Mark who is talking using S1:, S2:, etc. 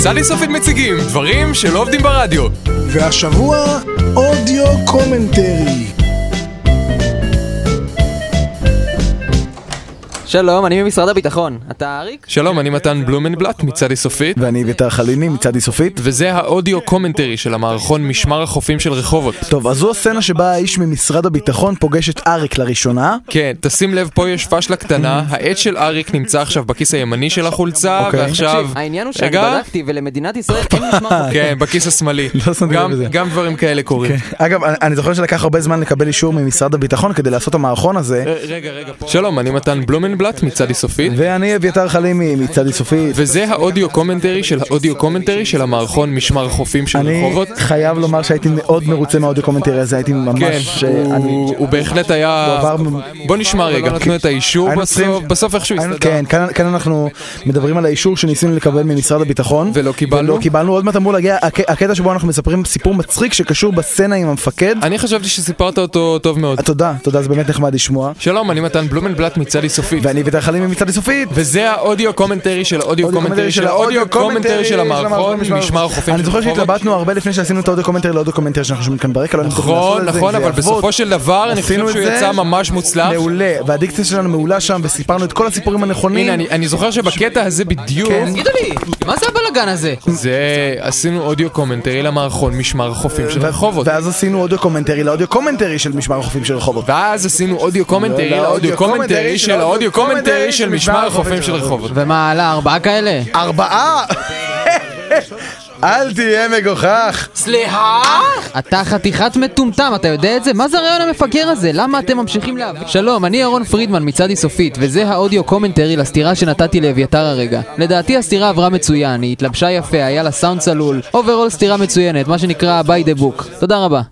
S1: מצדי סופית מציגים דברים שלא עובדים ברדיו.
S2: והשבוע אודיו קומנטרי.
S3: שלום, אני ממשרד הביטחון. אתה אריק?
S1: שלום, אני מתן בלומנבלט מצדי סופית.
S4: ואני ויתר חליני מצדי סופית.
S1: וזה האודיו קומנטרי של המערכון משמר החופים של רחובות.
S4: טוב, אז זו הסצנה שבה האיש ממשרד הביטחון פוגש את אריק לראשונה.
S1: כן, תשים לב, פה יש פשלה קטנה. העט של אריק נמצא עכשיו בכיס הימני של החולצה, ועכשיו...
S3: תקשיב, העניין הוא שאני בדקתי ולמדינת ישראל אין משמר חופים.
S1: כן, בכיס השמאלי. גם דברים כאלה קורים.
S4: אגב, אני זוכר שלקח הרבה זמן לקבל אישור ממשרד הביטחון כדי לעשות המערכון הזה.
S1: רגע, שלום, אני מתן בלומנבלט מצדי סופית.
S4: ואני ויתר חליני מצדי סופית.
S1: וזה האודיו קומנטרי של האודיו קומנטרי של המערכון משמר החופים של רחובות.
S4: אני חייב לומר שהייתי מאוד מרוצה מהאודיו קומנטרי הזה, הייתי ממש...
S1: הוא בהחלט היה... בוא נשמע רגע, נתנו את האישור בסוף איכשהו הסתדר.
S4: כן, כאן אנחנו מדברים על האישור שניסינו לקבל ממשרד הביטחון.
S1: ולא קיבלנו.
S4: עוד מעט אמור להגיע הקטע שבו אנחנו מספרים סיפור מצחיק שקשור בסצנה עם המפקד.
S1: אני חשבתי שסיפרת אותו טוב מאוד.
S4: תודה, זה באמת נחמד לשמוע.
S1: שלום, אני מתן בלומנבלט מצדי סופית.
S4: ואני ויתר חליני מצדי סופית.
S1: וזה האודיו קומנטרי של האודיו קומנטרי של האודיו קומנטרי של המערכון משמר החופים.
S4: אני זוכר שהתלבטנו הרבה לפני שעשינו את האודיו קומנטרי לאודיו קומנטרי שאנחנו שומעים כאן ברקע.
S1: נכון, אבל בסופו של דבר אני חושב שהוא יצא ממש מוצלח.
S4: מעולה, והדיקציה שלנו מעולה שם וסיפרנו את כל הסיפורים הנכונים.
S1: הנה, אני זוכר שבקטע הזה בדיוק...
S3: תגידו לי, מה זה הבלגן הזה?
S1: עשינו אודיו קומנטרי למערכון משמר החופים של רחובות.
S4: ואז עשינו אודיו קומנטרי לאודיו קומנטרי של משמר החופים של רחובות.
S1: ואז עשינו אודיו קומנטרי לאודיו קומנטרי של האודיו קומנטרי של משמר החופים של רחובות.
S3: ומה עלה, 4 כאלה?
S4: 4? אל תהיה מגוחך.
S3: סליחה? אתה חתיכת מטומטם, אתה יודע את זה? מה זה הרעיון המפגר הזה? למה אתם ממשיכים להבין? שלום, אני ירון פרידמן מצדי סופית, וזה האודיו קומנטרי לסתירה שנתתי לאביתר הרגע. לדעתי הסתירה עברה מצוין, היא התלבשה יפה, היה לה סאונד צלול, אוברול סתירה מצוינת, מה שנקרא by the book. תודה רבה.